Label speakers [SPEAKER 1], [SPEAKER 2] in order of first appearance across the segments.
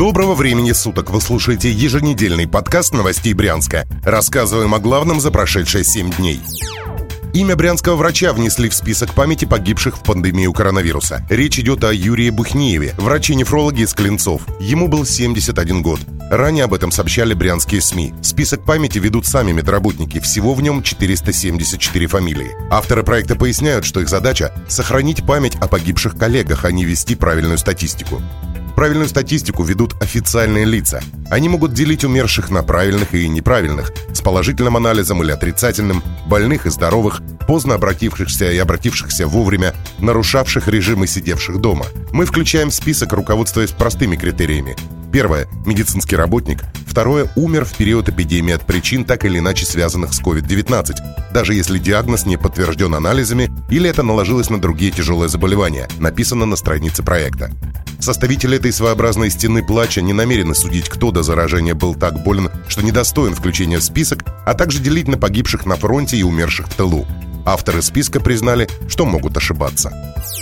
[SPEAKER 1] Доброго времени суток! Вы слушаете еженедельный подкаст новостей Брянска. Рассказываем о главном за прошедшие 7 дней. Имя брянского врача внесли в список памяти погибших в пандемию коронавируса. Речь идет о Юрии Бухниеве, враче-нефрологе из Клинцов. Ему был 71 год. Ранее об этом сообщали брянские СМИ. Список памяти ведут сами медработники. Всего в нем 474 фамилии. Авторы проекта поясняют, что их задача – сохранить память о погибших коллегах, а не вести правильную статистику. Правильную статистику ведут официальные лица. Они могут делить умерших на правильных и неправильных, с положительным анализом или отрицательным, больных и здоровых, поздно обратившихся и обратившихся вовремя, нарушавших режим и сидевших дома. Мы включаем в список, руководствуясь простыми критериями. Первое – медицинский работник. Второе – умер в период эпидемии от причин, так или иначе связанных с COVID-19, даже если диагноз не подтвержден анализами или это наложилось на другие тяжелые заболевания, написано на странице проекта. Составители этой своеобразной стены плача не намерены судить, кто до заражения был так болен, что недостоин включения в список, а также делить на погибших на фронте и умерших в тылу. Авторы списка признали, что могут ошибаться.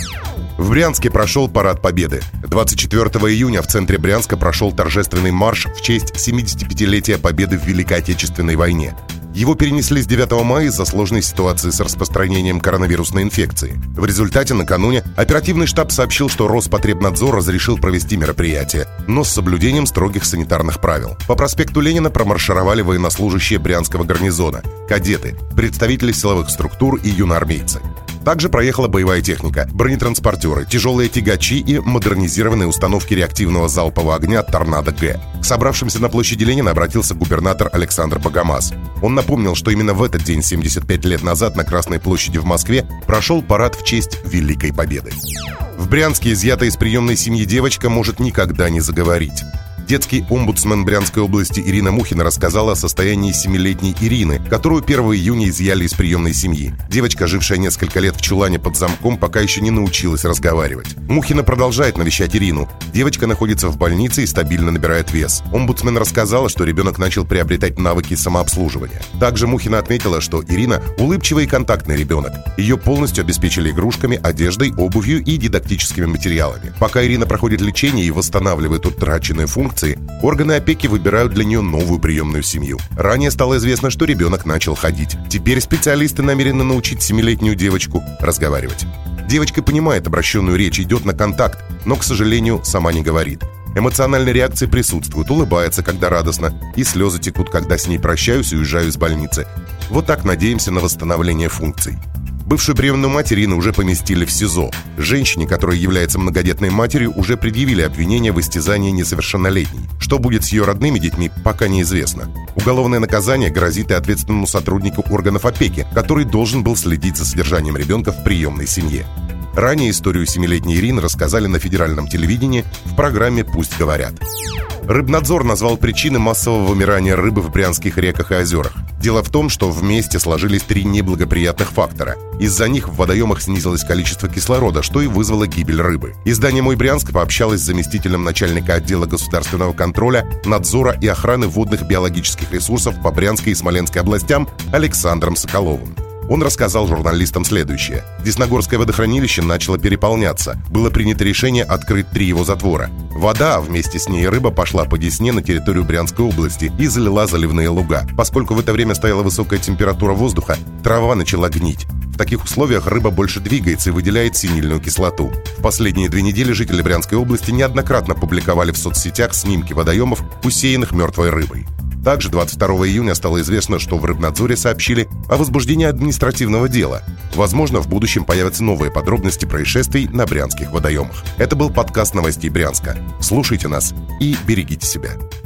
[SPEAKER 1] В Брянске прошел Парад Победы. 24 июня в центре Брянска прошел торжественный марш в честь 75-летия Победы в Великой Отечественной войне. Его перенесли с 9 мая из-за сложной ситуации с распространением коронавирусной инфекции. В результате накануне оперативный штаб сообщил, что Роспотребнадзор разрешил провести мероприятие, но с соблюдением строгих санитарных правил. По проспекту Ленина промаршировали военнослужащие Брянского гарнизона, кадеты, представители силовых структур и юноармейцы. Также проехала боевая техника, бронетранспортеры, тяжелые тягачи и модернизированные установки реактивного залпового огня «Торнадо-Г». К собравшимся на площади Ленина обратился губернатор Александр Богомаз. Он напомнил, что именно в этот день, 75 лет назад, на Красной площади в Москве прошел парад в честь Великой Победы. В Брянске изъятая из приемной семьи девочка может никогда не заговорить. Детский омбудсмен Брянской области Ирина Мухина рассказала о состоянии 7-летней Ирины, которую 1 июня изъяли из приемной семьи. Девочка, жившая несколько лет в чулане под замком, пока еще не научилась разговаривать. Мухина продолжает навещать Ирину. Девочка находится в больнице и стабильно набирает вес. Омбудсмен рассказала, что ребенок начал приобретать навыки самообслуживания. Также Мухина отметила, что Ирина – улыбчивый и контактный ребенок. Ее полностью обеспечили игрушками, одеждой, обувью и дидактическими материалами. Пока Ирина проходит лечение и восстанавливает утраченные функции, органы опеки выбирают для нее новую приемную семью. Ранее стало известно, что ребенок начал ходить. Теперь специалисты намерены научить 7-летнюю девочку разговаривать. Девочка понимает обращенную речь, идет на контакт, но, к сожалению, сама не говорит. Эмоциональные реакции присутствуют, улыбается, когда радостно, и слезы текут, когда с ней прощаюсь и уезжаю из больницы. Вот так надеемся на восстановление функций. Бывшую приемную мать Ирины уже поместили в СИЗО. Женщине, которая является многодетной матерью, уже предъявили обвинение в истязании несовершеннолетней. Что будет с ее родными детьми, пока неизвестно. Уголовное наказание грозит и ответственному сотруднику органов опеки, который должен был следить за содержанием ребенка в приемной семье. Ранее историю 7-летней Ирины рассказали на федеральном телевидении в программе «Пусть говорят». Рыбнадзор назвал причины массового вымирания рыбы в брянских реках и озерах. Дело в том, что вместе сложились 3 неблагоприятных фактора. Из-за них в водоемах снизилось количество кислорода, что и вызвало гибель рыбы. Издание «Мой Брянск» пообщалось с заместителем начальника отдела государственного контроля, надзора и охраны водных биологических ресурсов по Брянской и Смоленской областям Александром Соколовым. Он рассказал журналистам следующее. Десногорское водохранилище начало переполняться. Было принято решение открыть 3 его затвора. Вода, а вместе с ней рыба, пошла по Десне на территорию Брянской области и залила заливные луга. Поскольку в это время стояла высокая температура воздуха, трава начала гнить. В таких условиях рыба больше двигается и выделяет синильную кислоту. В последние 2 недели жители Брянской области неоднократно публиковали в соцсетях снимки водоемов, усеянных мертвой рыбой. Также 22 июня стало известно, что в Рыбнадзоре сообщили о возбуждении административного дела. Возможно, в будущем появятся новые подробности происшествий на брянских водоемах. Это был подкаст новостей Брянска. Слушайте нас и берегите себя.